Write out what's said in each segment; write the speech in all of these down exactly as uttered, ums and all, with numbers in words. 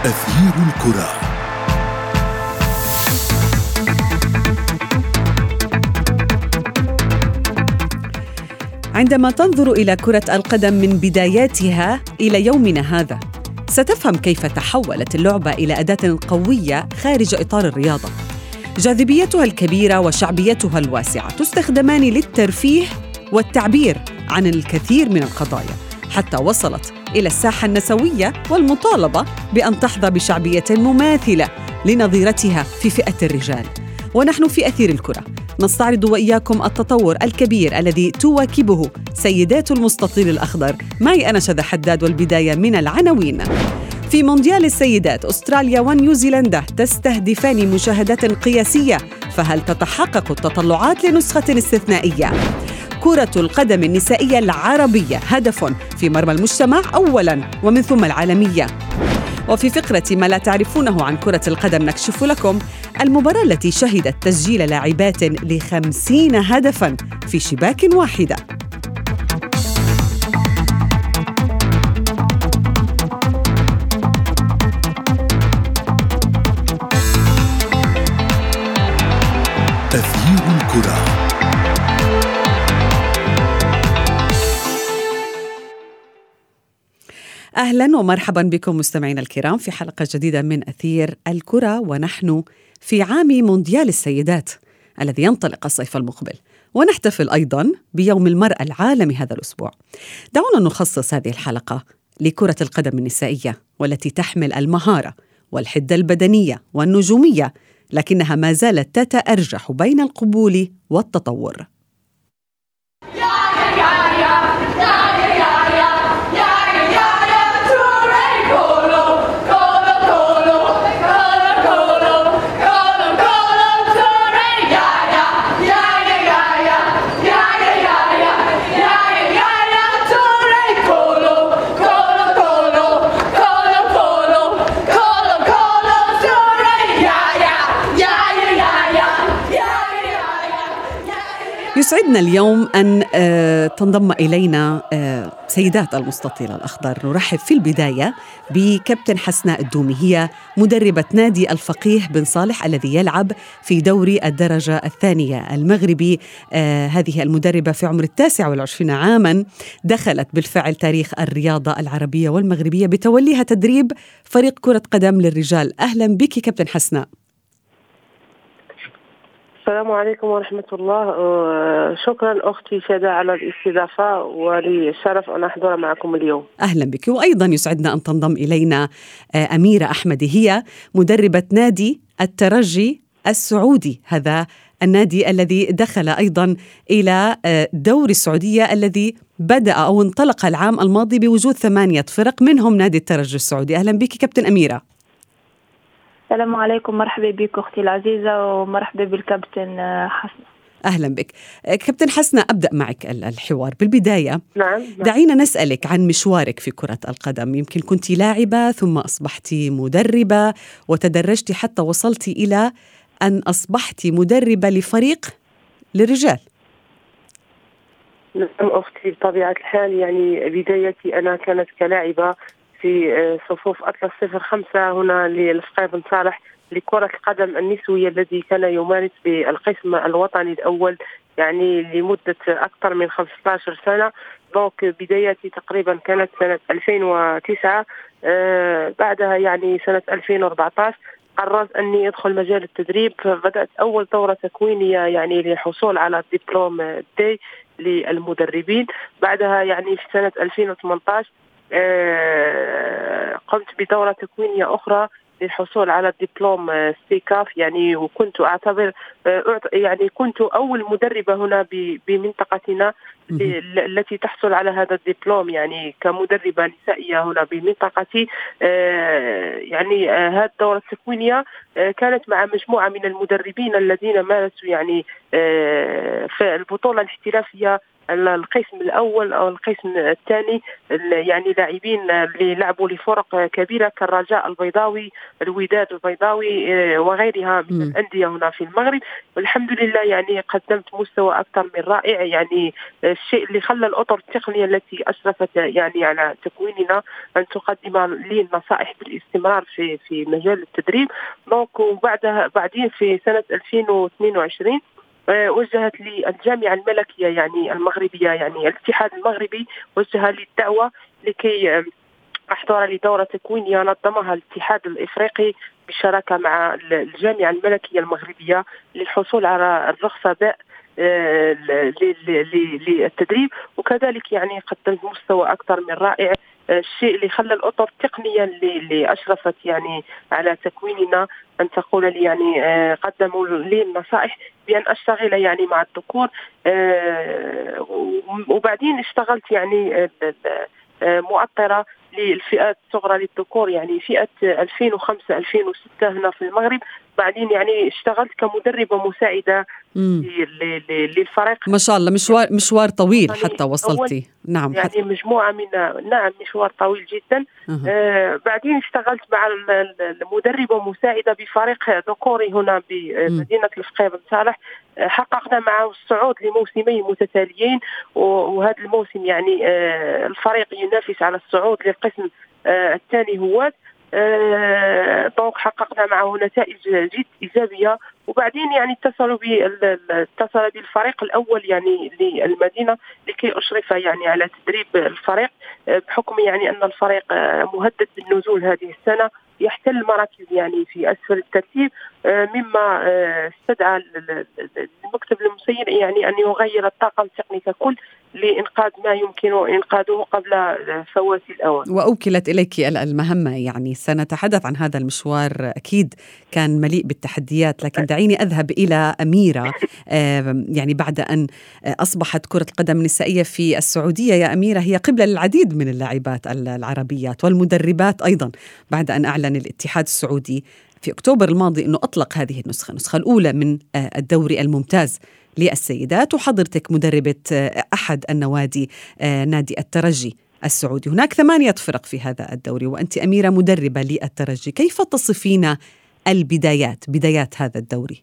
أثير الكرة. عندما تنظر إلى كرة القدم من بداياتها إلى يومنا هذا، ستفهم كيف تحولت اللعبة إلى أداة قوية خارج إطار الرياضة. جاذبيتها الكبيرة وشعبيتها الواسعة تستخدمان للترفيه والتعبير عن الكثير من القضايا، حتى وصلت إلى الساحة النسوية والمطالبة بأن تحظى بشعبية مماثلة لنظيرتها في فئة الرجال. ونحن في أثير الكرة نستعرض وإياكم التطور الكبير الذي تواكبه سيدات المستطيل الأخضر. معي أنا شذى حداد، والبداية من العناوين. في مونديال السيدات، أستراليا ونيوزيلندا تستهدفان مشاهدات قياسية، فهل تتحقق التطلعات لنسخة استثنائية؟ كرة القدم النسائية العربية هدف في مرمى المجتمع أولاً ومن ثم العالمية. وفي فقرة ما لا تعرفونه عن كرة القدم نكشف لكم المباراة التي شهدت تسجيل لاعبات لخمسين هدفاً في شباك واحدة. أثير الكرة. أهلاً ومرحباً بكم مستمعينا الكرام في حلقة جديدة من أثير الكرة، ونحن في عام مونديال السيدات الذي ينطلق الصيف المقبل، ونحتفل أيضاً بيوم المرأة العالمي هذا الأسبوع. دعونا نخصص هذه الحلقة لكرة القدم النسائية، والتي تحمل المهارة والحدة البدنية والنجومية، لكنها ما زالت تتأرجح بين القبول والتطور. يسعدنا اليوم أن تنضم إلينا سيدات المستطيل الأخضر. نرحب في البداية بكابتن حسناء الدومي، هي مدربة نادي الفقيه بن صالح الذي يلعب في دوري الدرجة الثانية المغربي. هذه المدربة في عمر التاسع والعشرين عاما دخلت بالفعل تاريخ الرياضة العربية والمغربية بتوليها تدريب فريق كرة قدم للرجال. أهلا بك كابتن حسناء. السلام عليكم ورحمة الله. شكرا أختي شذى على الاستضافة، ولي الشرف أن أحضر معكم اليوم. أهلا بك. وأيضا يسعدنا أن تنضم إلينا أميرة أحمدي، هي مدربة نادي الترجي السعودي، هذا النادي الذي دخل أيضا إلى دوري السعودية الذي بدأ أو انطلق العام الماضي بوجود ثمانية فرق منهم نادي الترجي السعودي. أهلا بك كابتن أميرة. السلام عليكم، مرحبا بك أختي العزيزة، ومرحبا بالكابتن حسناء. أهلا بك كابتن حسناء. أبدأ معك الحوار بالبداية. نعم. دعينا نسألك عن مشوارك في كرة القدم. يمكن كنت لاعبة ثم أصبحت مدربة وتدرجت حتى وصلت إلى أن أصبحت مدربة لفريق للرجال. نعم أختي، بطبيعة الحال يعني بدايتي أنا كانت كلاعبة في صفوف أطلس صفر خمسة هنا للفقيه بن صالح لكرة القدم النسوية، الذي كان يمارس بالقسم الوطني الأول يعني لمدة أكثر من خمسة عشر سنة. دونك بدايتي تقريبا كانت سنة ألفين وتسعة. آه بعدها يعني سنة ألفين وأربعة عشر قررت أني أدخل مجال التدريب، فبدأت أول دورة تكوينية يعني للحصول على الدبلوم دي للمدربين. بعدها يعني في سنة ألفين وثمانية عشر آه قمت بدورة تكوينية أخرى للحصول على الدبلوم سيكاف يعني، وكنت أعتبر آه يعني كنت أول مدربة هنا بمنطقتنا التي تحصل على هذا الدبلوم يعني كمدربة نسائية هنا بمنطقتي. آه يعني آه هذه الدورة التكوينية آه كانت مع مجموعة من المدربين الذين مارسوا يعني آه في البطولة الاحترافية القسم الأول أو القسم الثاني يعني لاعبين اللي لعبوا لفرق كبيرة كالرجاء البيضاوي، الوداد البيضاوي وغيرها من الأندية هنا في المغرب. والحمد لله يعني قدمت مستوى أكثر من رائع، يعني الشيء اللي خلى الأطر التقنية التي أشرفت يعني على تكويننا أن تقدم لي النصائح بالاستمرار في في مجال التدريب. دونك وبعدها بعدين في سنة ألفين واثنين وعشرين وجهت لي الجامعة الملكية يعني المغربية، يعني الاتحاد المغربي وجه لي الدعوة لكي أحضر لدورة تكوينية نظمها الاتحاد الإفريقي بالشراكة مع الجامعة الملكية المغربية للحصول على الرخصة باء للتدريب. وكذلك يعني قدمت مستوى أكثر من رائع، الشيء اللي خلى الأطر التقنية اللي, اللي أشرفت يعني على تكويننا أن تقول لي يعني قدموا لي النصائح بأن أشتغل يعني مع الذكور. وبعدين اشتغلت يعني مؤطرة للفئات الصغرى للذكور، يعني فئة ألفين وخمسة ألفين وستة هنا في المغرب. بعدين يعني اشتغلت كمدربة مساعدة للفريق. ما شاء الله، مشوار مشوار طويل حتى وصلتي. نعم، يعني حتى مجموعة من نعم مشوار طويل جدا. أه. آه بعدين اشتغلت مع المدربة مساعدة بفريق ذكوري هنا بمدينة الفقيه بن صالح. حققنا معه الصعود لموسمين متتاليين، وهذا الموسم يعني آه الفريق ينافس على الصعود للقسم آه الثاني هو آه دونك حققنا معه نتائج جد إيجابية. وبعدين يعني اتصلوا اتصل بالفريق الأول يعني للمدينة لكي أشرف يعني على تدريب الفريق، بحكم يعني أن الفريق مهدد بالنزول هذه السنة، يحتل المراكز يعني في أسفل الترتيب، مما استدعى المكتب المسير يعني أن يغير الطاقم التقني ككل لإنقاذ ما يمكن إنقاذه قبل فوات الأوان. وأوكلت إليك المهمة، يعني سنتحدث عن هذا المشوار، أكيد كان مليء بالتحديات. لكن دعيني أذهب إلى أميرة، يعني بعد أن أصبحت كرة القدم النسائية في السعودية يا أميرة هي قبلة للعديد من اللاعبات العربيات والمدربات أيضا، بعد أن أعلن الاتحاد السعودي في أكتوبر الماضي أنه أطلق هذه النسخة النسخة الأولى من الدوري الممتاز للسيدات، وحضرتك مدربة أحد النوادي نادي الترجي السعودي. هناك ثمانية فرق في هذا الدوري وأنت أميرة مدربة للترجي، كيف تصفين البدايات بدايات هذا الدوري؟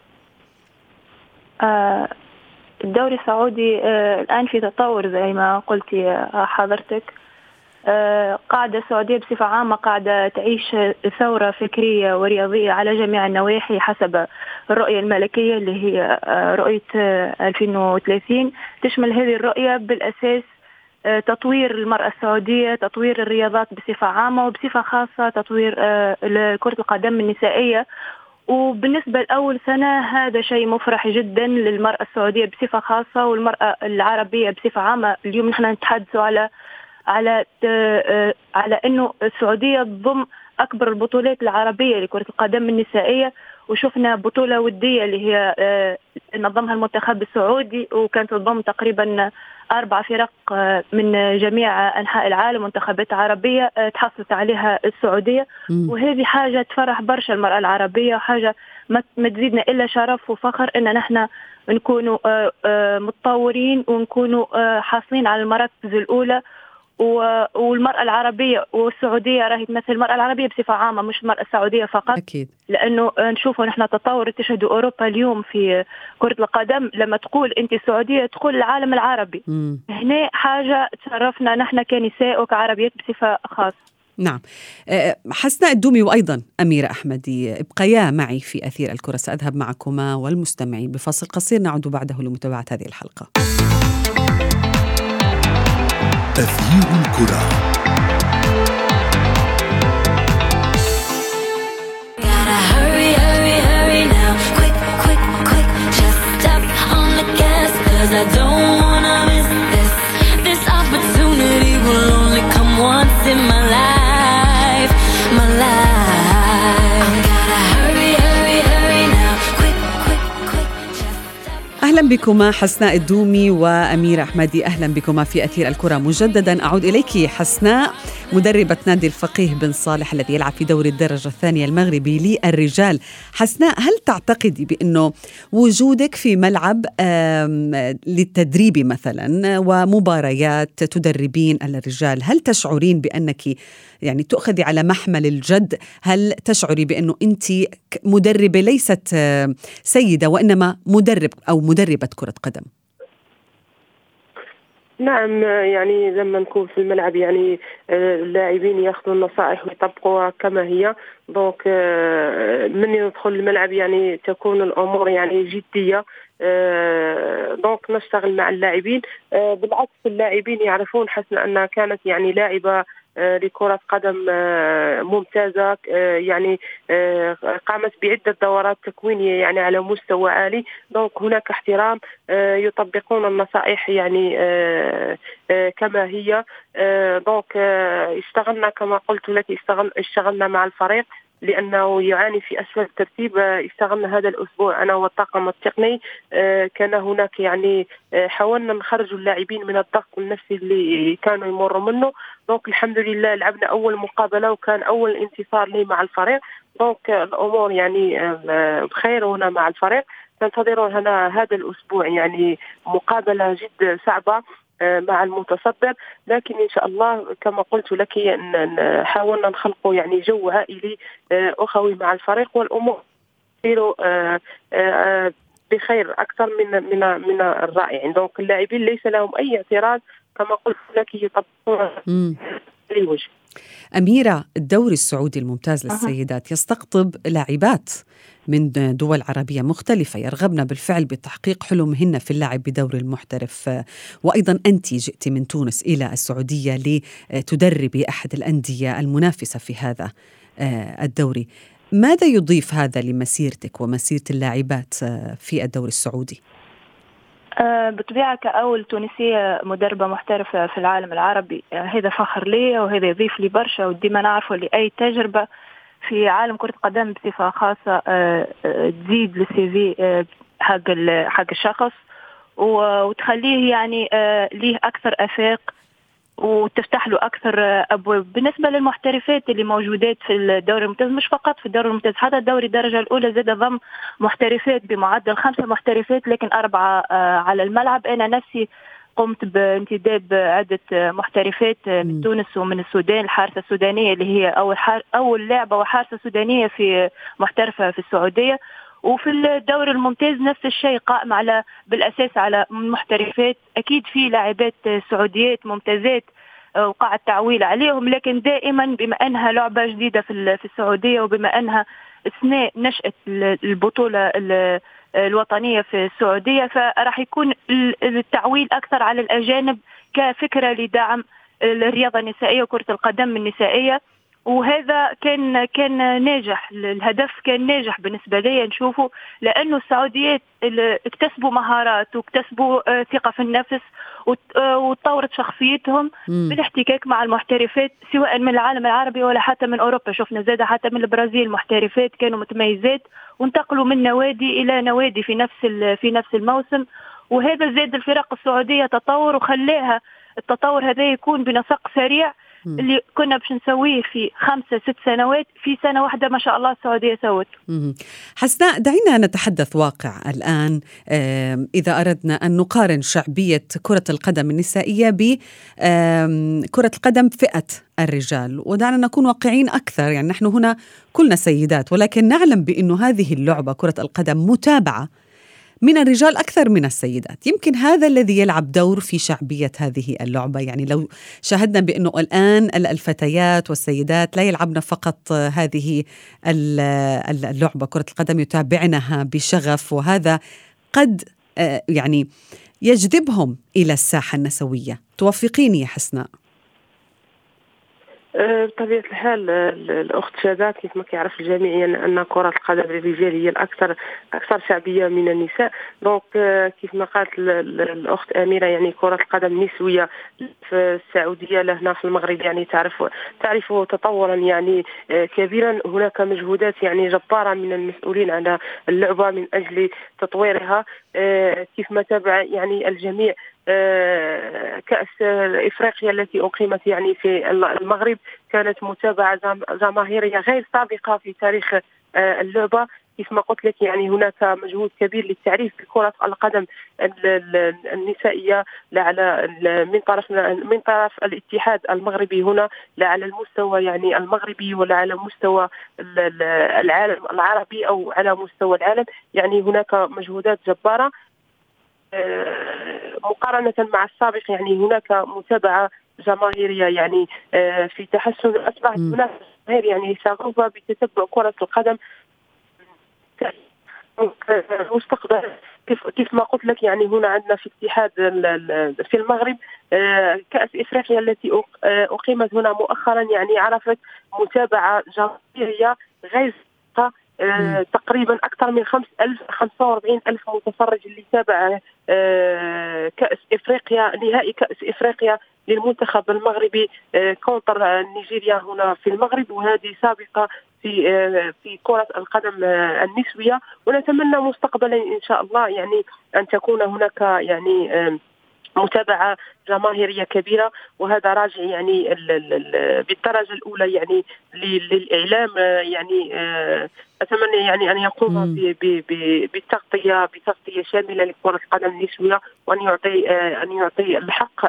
آه الدوري السعودي آه الآن في تطور زي ما قلتي آه حضرتك. آه قاعدة السعودية بصفة عامة قاعدة تعيش ثورة فكرية ورياضية على جميع النواحي حسب الرؤية الملكية اللي هي آه رؤية آه ألفين وثلاثين. تشمل هذه الرؤية بالأساس آه تطوير المرأة السعودية، تطوير الرياضات بصفة عامة، وبصفة خاصة تطوير آه كرة القدم النسائية. وبالنسبة لأول سنة هذا شيء مفرح جدا للمرأة السعودية بصفة خاصة والمرأة العربية بصفة عامة. اليوم نحن نتحدث على على على إنه السعودية تضم أكبر البطولات العربية لكرة القدم النسائية، وشفنا بطولة ودية اللي هي نظمها المنتخب السعودي، وكانت تضم تقريبا أربع فرق من جميع أنحاء العالم، منتخبات عربية تحصلت عليها السعودية. م. وهذه حاجة تفرح برشا المرأة العربية، وحاجة ما تزيدنا إلا شرف وفخر إن نحن نكونوا متطورين ونكونوا حاصلين على المراكز الأولى. والمرأة العربية والسعودية راهي تمثل المرأة العربية بصفة عامة، مش المرأة السعودية فقط. أكيد. لأنه نشوفوا نحن تطور تشهد أوروبا اليوم في كرة القدم، لما تقول أنت السعودية تقول العالم العربي. م. هنا حاجة تشرفنا نحن كنساء وكعربيات بصفة خاصة. نعم. حسناء الدومي وأيضا أميرة أحمدي ابقيا معي في أثير الكرة، سأذهب معكما والمستمعين بفاصل قصير، نعود بعده لمتابعة هذه الحلقة. أثير الكرة. أهلا بكما حسناء الدومي وأميرة أحمدي، أهلا بكما في أثير الكرة مجددا. أعود إليك حسناء مدربة نادي الفقيه بن صالح الذي يلعب في دوري الدرجة الثانية المغربي للرجال. حسناء، هل تعتقدي بأنه وجودك في ملعب للتدريب مثلا ومباريات تدربين الرجال، هل تشعرين بأنك يعني تأخذي على محمل الجد؟ هل تشعري بأنه أنت مدربة ليست سيدة وإنما مدرب أو مدربة كرة قدم؟ نعم، يعني لما نكون في الملعب يعني اللاعبين ياخذوا النصائح ويطبقوها كما هي. دونك من يدخل الملعب يعني تكون الأمور يعني جدية. دونك نشتغل مع اللاعبين. بالعكس اللاعبين يعرفون حسنا أنها كانت يعني لاعبة لكرة قدم ممتازة، يعني قامت بعدة دورات تكوينية يعني على مستوى عالي. دونك هناك احترام، يطبقون النصائح يعني كما هي. دونك اشتغلنا كما قلت لك، اشتغلنا مع الفريق لأنه يعاني في أسفل الترتيب. اشتغلنا هذا الأسبوع أنا والطاقم التقني. كان هناك يعني حاولنا نخرج اللاعبين من الضغط النفسي اللي كانوا يمروا منه. دونك الحمد لله لعبنا أول مقابلة وكان أول انتصار لي مع الفريق. دونك الأمور يعني بخير هنا مع الفريق. ننتظر هنا هذا الأسبوع يعني مقابلة جد صعبة مع المتصدر، لكن إن شاء الله كما قلت لك حاولنا نخلق يعني جو عائلي أخوي مع الفريق، والأمور بخير أكثر من من من الرائع. دونك اللاعبين ليس لهم أي اعتراض كما قلت لك، يطبقون الوجه. أميرة، الدوري السعودي الممتاز للسيدات يستقطب لاعبات من دول عربية مختلفة يرغبن بالفعل بتحقيق حلمهن في اللعب بدوري المحترف، وأيضا أنت جئت من تونس إلى السعودية لتدربي أحد الأندية المنافسة في هذا الدوري. ماذا يضيف هذا لمسيرتك ومسيرة اللاعبات في الدوري السعودي؟ بطبيعة كأول تونسية مدربة محترفة في العالم العربي هذا فخر لي، وهذا يضيف لي برشا. وديما نعرفه لأي تجربة في عالم كرة قدم بصفة خاصة تزيد للسي في حق حق الشخص وتخليه يعني ليه أكثر آفاق وتفتح له أكثر أبواب. بالنسبة للمحترفات اللي موجودات في الدوري الممتاز، مش فقط في الدوري الممتاز، حتى الدوري الدرجة الأولى زاد ضم محترفات بمعدل خمسة محترفات، لكن أربعة على الملعب. أنا نفسي قمت بانتداب عدة محترفات من تونس ومن السودان، الحارسة السودانية اللي هي أول حار أول لاعبة وحارسة سودانية في محترفة في السعودية. وفي الدوري الممتاز نفس الشيء، قائم على بالأساس على محترفات. أكيد في لاعبات سعوديات ممتازات وقع التعويل عليهم، لكن دائما بما أنها لعبة جديدة في في السعودية، وبما أنها أثناء نشأة البطولة الوطنية في السعودية، فراح يكون التعويل أكثر على الأجانب كفكرة لدعم الرياضة النسائية وكرة القدم النسائية. وهذا كان كان ناجح، الهدف كان ناجح بالنسبة لي نشوفه، لأنه السعوديات اكتسبوا مهارات واكتسبوا ثقة في النفس وتطورت شخصيتهم بالاحتكاك مع المحترفات سواء من العالم العربي ولا حتى من أوروبا. شفنا زادة حتى من البرازيل محترفات كانوا متميزات وانتقلوا من نوادي إلى نوادي في نفس في نفس الموسم، وهذا زاد الفرق السعودية تطور وخلاها التطور هذا يكون بنسق سريع اللي كنا باش نسويه في خمسة ست سنوات في سنة واحدة ما شاء الله السعودية سوت. حسناء، دعينا نتحدث واقع الآن. إذا أردنا أن نقارن شعبية كرة القدم النسائية بكرة القدم فئة الرجال، ودعنا نكون واقعين أكثر. يعني نحن هنا كلنا سيدات، ولكن نعلم بأن هذه اللعبة كرة القدم متابعة من الرجال أكثر من السيدات. يمكن هذا الذي يلعب دور في شعبية هذه اللعبة. يعني لو شاهدنا بأنه الآن الفتيات والسيدات لا يلعبن فقط هذه اللعبة كرة القدم، يتابعنها بشغف، وهذا قد يعني يجذبهم إلى الساحة النسوية. توافقيني يا حسناء؟ بطبيعة الحال الأخت شادات كيف ما كيعرف الجميع يعني أن كرة القدم للرجال هي الأكثر أكثر شعبية من النساء. دونك كيف ما قالت الأخت أميرة يعني كرة القدم نسوية في السعودية لهنا في المغرب يعني تعرف تعرف تطورا يعني كبيرا. هناك مجهودات يعني جبارة من المسؤولين على اللعبة من أجل تطويرها. كيف ما تابع يعني الجميع كأس إفريقيا التي أقيمت يعني في المغرب كانت متابعة جماهيرية غير سابقة في تاريخ اللعبة. كيف ما قلت لك يعني هناك مجهود كبير للتعريف بكرة القدم النسائية على من طرف من طرف الاتحاد المغربي هنا، لا على المستوى يعني المغربي ولا على مستوى العالم العربي أو على مستوى العالم. يعني هناك مجهودات جبارة مقارنة مع السابق. يعني هناك متابعة جماهيرية يعني في تحسن، أصبحت هناك جماهير يعني شغوفة بتتبع كرة القدم مستقبل. كيف كيف ما قلت لك يعني هنا عندنا في اتحاد في المغرب كأس إفريقيا التي أقيمت هنا مؤخرا يعني عرفت متابعة جماهيرية غير آه تقريبا أكثر من خمسة ألف خمسة وأربعين ألف متفرج اللي تابع آه كأس إفريقيا، نهائي كأس إفريقيا للمنتخب المغربي آه كونتر نيجيريا هنا في المغرب، وهذه سابقة في آه في كرة القدم آه النسوية. ونتمنى مستقبلا إن شاء الله يعني أن تكون هناك يعني آه متابعة جماهيرية كبيرة، وهذا راجع يعني بالدرجة الأولى يعني للإعلام. يعني أتمنى يعني أن يقوم بتغطية بتغطية شاملة لكرة القدم النسوية، وأن يعطي أن يعطي الحق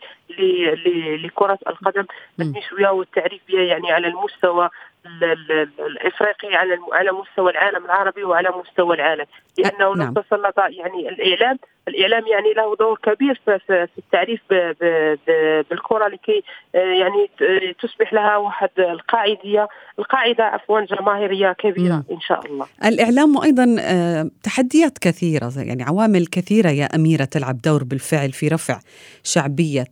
لكرة القدم النسوية والتعريف بها يعني على المستوى الإفريقي، على على مستوى العالم العربي وعلى مستوى العالم. لأنه لو تسلط يعني الإعلام الإعلام يعني له دور كبير في التعريف بالكرة لكي يعني تصبح لها واحد القاعدية القاعدة عفوا جماهيرية كبيرة م. إن شاء الله. الإعلام وأيضا تحديات كثيرة، يعني عوامل كثيرة يا أميرة تلعب دور بالفعل في رفع شعبية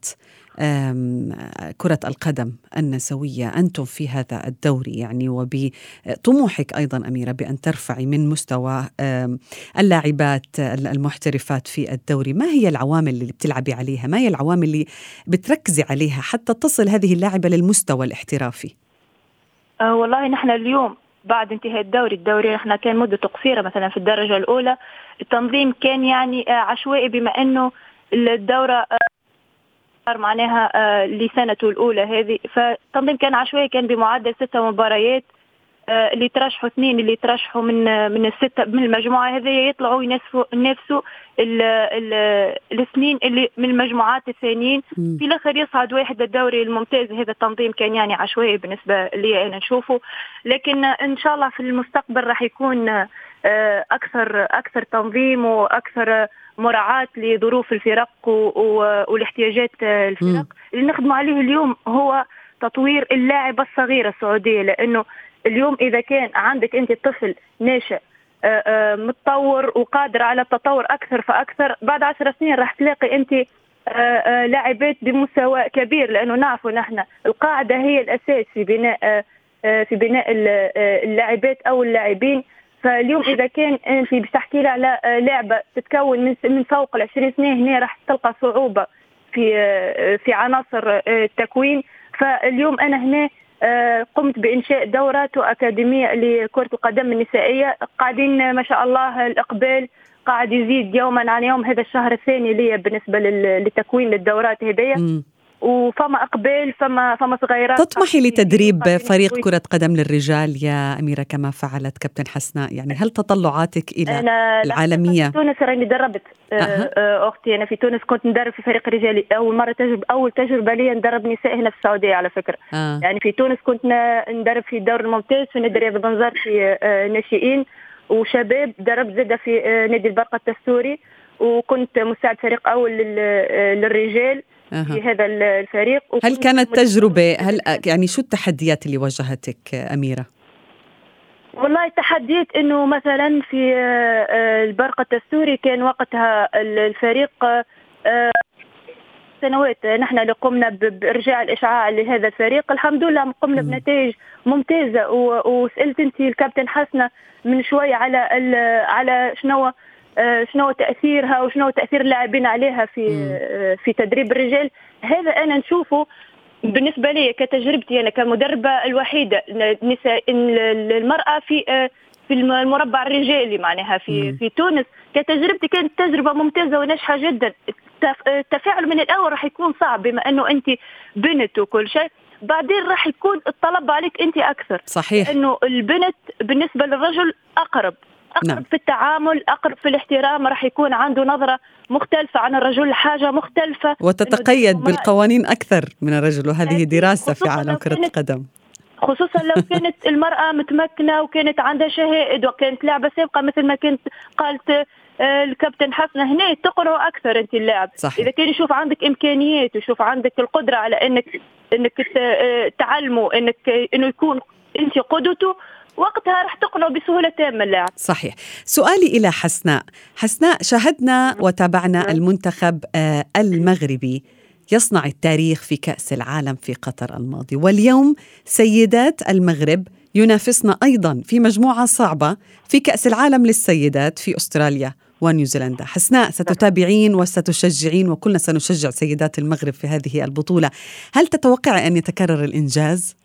كرة القدم النسوية. أنتم في هذا الدوري يعني وبطموحك أيضا أميرة بأن ترفعي من مستوى اللاعبات المحترفات في الدوري. ما هي العوامل اللي بتلعبي عليها؟ ما هي العوامل اللي بتركزي عليها حتى تصل هذه اللاعبة للمستوى الاحترافي؟ أه والله نحن اليوم بعد انتهاء الدوري الدوري نحن كان مدة قصيرة. مثلا في الدرجة الأولى التنظيم كان يعني عشوائي، بما أنه الدورة معناها آه لسنته الأولى هذه، فالتنظيم كان عشوائي، كان بمعدل ستة مباريات. آه اللي ترشحوا اثنين اللي ترشحوا من آه من الستة من المجموعة هذه يطلعوا ينافسوا ينافسوا الاثنين اللي من المجموعات الثانيين. في الآخر يصعد واحد للدوري الممتاز. هذا التنظيم كان يعني عشوائي بالنسبة لي أنا نشوفه، لكن آه إن شاء الله في المستقبل راح يكون آه أكثر أكثر تنظيم وأكثر مراعاة لظروف الفرق والاحتياجات الفرق. اللي نخدم عليه اليوم هو تطوير اللاعبة الصغيرة السعودية، لأنه اليوم إذا كان عندك أنت طفل ناشئ متطور وقادر على التطور أكثر فأكثر، بعد عشر سنين راح تلاقي أنت لاعبات بمستوى كبير، لأنه نعرفوا نحن القاعدة هي الأساس في بناء في بناء اللاعبات أو اللاعبين. فاليوم إذا كان أنت بتحكي لها على لعبة تتكون من من فوق العشرين سنة، هنا راح تلقى صعوبة في في عناصر التكوين. فاليوم أنا هنا قمت بإنشاء دورات وأكاديمية لكرة القدم النسائية. قاعدين ما شاء الله الإقبال قاعد يزيد يوما عن يوم. هذا الشهر الثاني لي بالنسبة للتكوين للدورات هذه، وفما أقبال فما فما صغيرات. تطمحي لتدريب فريق كرة قدم للرجال يا أميرة كما فعلت كابتن حسناء؟ يعني هل تطلعاتك إلى أنا العالمية؟ في تونس راني دربت أه. أختي. أنا في تونس كنت ندرب في فريق رجالي، أول مرة تجربة أول تجربة لي ندرب نساء هنا في السعودية على فكرة. أه. يعني في تونس كنت ندرب في الدوري الممتاز في نادي رياض بنزرت في ناشئين وشباب، دربت زادة في نادي البرقة التستوري، وكنت مساعد فريق أول للرجال أه. في هذا الفريق. هل كانت تجربة؟ هل يعني شو التحديات اللي واجهتك أميرة؟ والله التحديات إنه مثلا في البرقة التستوري كان وقتها الفريق سنوات نحن اللي قمنا بإرجاع الإشعاع لهذا الفريق. الحمد لله قمنا بنتائج ممتازة. وسألت أنت الكابتن حسنة من شوية على على شنو شنو تأثيرها وشنو تأثير اللاعبين عليها في في تدريب الرجال. هذا أنا نشوفه بالنسبة لي كتجربتي أنا كمدربة الوحيدة نساء المرأة في في المربع الرجالي معناها في في تونس. كتجربتي كانت تجربة ممتازة وناجحة جدا. التفاعل من الأول راح يكون صعب بما أنه أنت بنت وكل شيء، بعدين راح يكون الطلب عليك أنت أكثر. صحيح. أنه البنت بالنسبة للرجل أقرب أقرب نعم. في التعامل، أقرب في الاحترام، راح يكون عنده نظرة مختلفة عن الرجل، حاجة مختلفة، وتتقيد بالقوانين أكثر من الرجل، وهذه دراسة في عالم كرة القدم، خصوصا لو كانت المرأة متمكنة وكانت عندها شهائد وكانت لاعبة سابقة مثل ما كنت قالت الكابتن حسنة. هنا تقنعوا أكثر أنت اللاعب. صحيح. إذا كان يشوف عندك إمكانيات ويشوف عندك القدرة على إنك إنك تعلمه، إنك إنه يكون أنت قدوته، وقتها رح تقنعوا بسهولة تامة اللاعب. صحيح. سؤالي إلى حسناء. حسناء، شاهدنا وتابعنا المنتخب المغربي يصنع التاريخ في كأس العالم في قطر الماضي، واليوم سيدات المغرب ينافسنا أيضا في مجموعة صعبة في كأس العالم للسيدات في أستراليا ونيوزيلندا. حسناء، ستتابعين وستشجعين وكلنا سنشجع سيدات المغرب في هذه البطولة، هل تتوقع أن يتكرر الإنجاز؟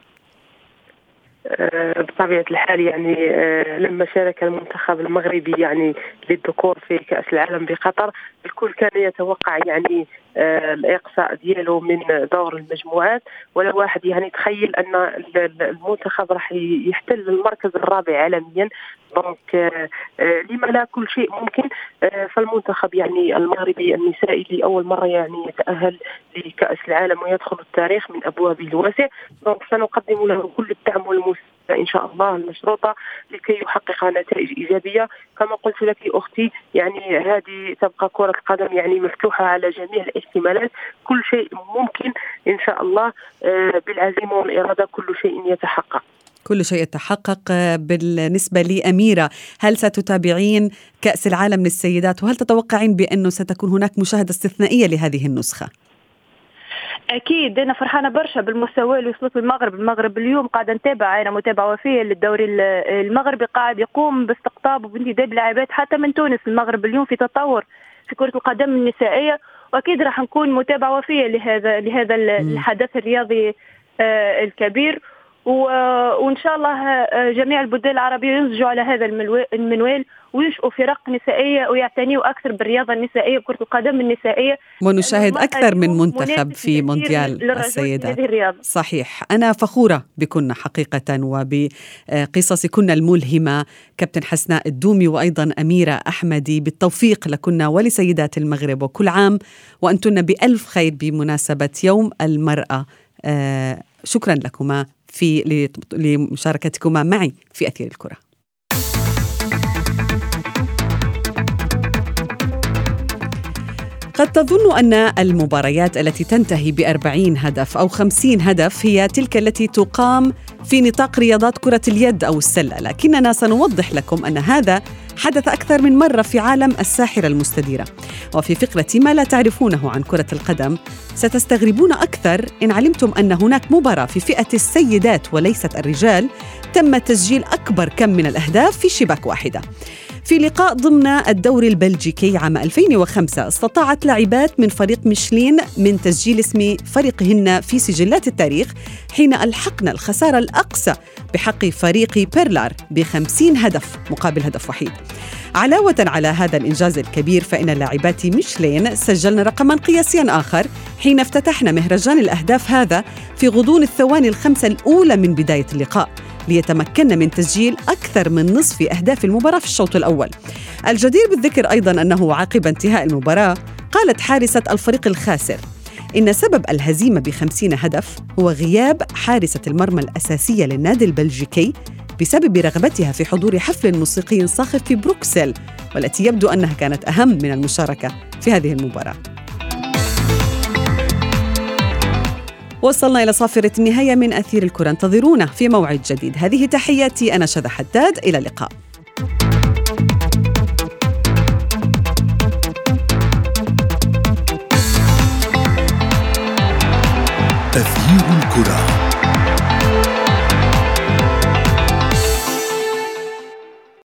بطبيعة الحال يعني لما شارك المنتخب المغربي يعني للذكور في كأس العالم بقطر، الكل كان يتوقع يعني الإقصاء دياله من دور المجموعات، ولا واحد يعني تخيل أن المنتخب راح يحتل المركز الرابع عالميا. دونك لما لا، كل شيء ممكن. فالمنتخب يعني المغربي النسائي لأول مرة يعني يتأهل لكأس العالم ويدخل التاريخ من أبواب الواسع. دونك سنقدم له كل الدعم والمساعدة إن شاء الله المشروطة لكي يحقق نتائج إيجابية. كما قلت لك أختي، يعني هذه تبقى كرة القدم يعني مفتوحة على جميع الاحتمالات، كل شيء ممكن إن شاء الله. بالعزيمة والإرادة كل شيء يتحقق. كل شيء يتحقق. بالنسبة لي أميرة، هل ستتابعين كأس العالم للسيدات، وهل تتوقعين بأنه ستكون هناك مشاهدة استثنائية لهذه النسخة؟ أكيد، أنا فرحانة برشا بالمستوى اللي وصلت المغرب. المغرب اليوم قاعدة نتابع، أنا متابعة وفية للدوري المغربي، قاعد يقوم باستقطاب وبانتداب لاعبات حتى من تونس. المغرب اليوم في تطور في كرة القدم النسائية، وأكيد راح نكون متابعة وفية لهذا لهذا الحدث الرياضي الكبير. وإن شاء الله جميع البلدان العربية ينسجوا على هذا المنوال وينشئوا فرق نسائية ويعتنيوا أكثر بالرياضة النسائية وكرة القدم النسائية، ونشاهد أكثر من منتخب في مونديال السيدات. صحيح. أنا فخورة بكنا حقيقة وبقصصكن الملهمة، كابتن حسناء الدومي وأيضا أميرة أحمدي. بالتوفيق لكنا ولسيدات المغرب، وكل عام وأنتن بألف خير بمناسبة يوم المرأة. آه شكرا لكما في لمشاركتكما معي في أثير الكرة. قد تظن أن المباريات التي تنتهي بأربعين هدف أو خمسين هدف هي تلك التي تقام في نطاق رياضات كرة اليد أو السلة، لكننا سنوضح لكم أن هذا حدث أكثر من مرة في عالم الساحرة المستديرة. وفي فقرة ما لا تعرفونه عن كرة القدم ستستغربون أكثر إن علمتم أن هناك مباراة في فئة السيدات وليست الرجال تم تسجيل أكبر كم من الأهداف في شباك واحدة. في لقاء ضمن الدوري البلجيكي عام ألفين وخمسة استطاعت لاعبات من فريق ميشلين من تسجيل اسم فريقهن في سجلات التاريخ حين ألحقن الخسارة الأقصى بحق فريق بيرلار بخمسين هدف مقابل هدف وحيد. علاوة على هذا الإنجاز الكبير، فإن لاعبات ميشلين سجلن رقما قياسيا آخر حين افتتحن مهرجان الأهداف هذا في غضون الثواني الخمسة الأولى من بداية اللقاء، ليتمكن من تسجيل أكثر من نصف أهداف المباراة في الشوط الأول. الجدير بالذكر أيضا أنه عقب انتهاء المباراة قالت حارسة الفريق الخاسر إن سبب الهزيمة بخمسين هدف هو غياب حارسة المرمى الأساسية للنادي البلجيكي بسبب رغبتها في حضور حفل موسيقي صاخب في بروكسل، والتي يبدو أنها كانت أهم من المشاركة في هذه المباراة. وصلنا إلى صافرة النهاية من أثير الكرة، انتظرونا في موعد جديد. هذه تحياتي، أنا شذى حداد، إلى اللقاء. أثير الكرة.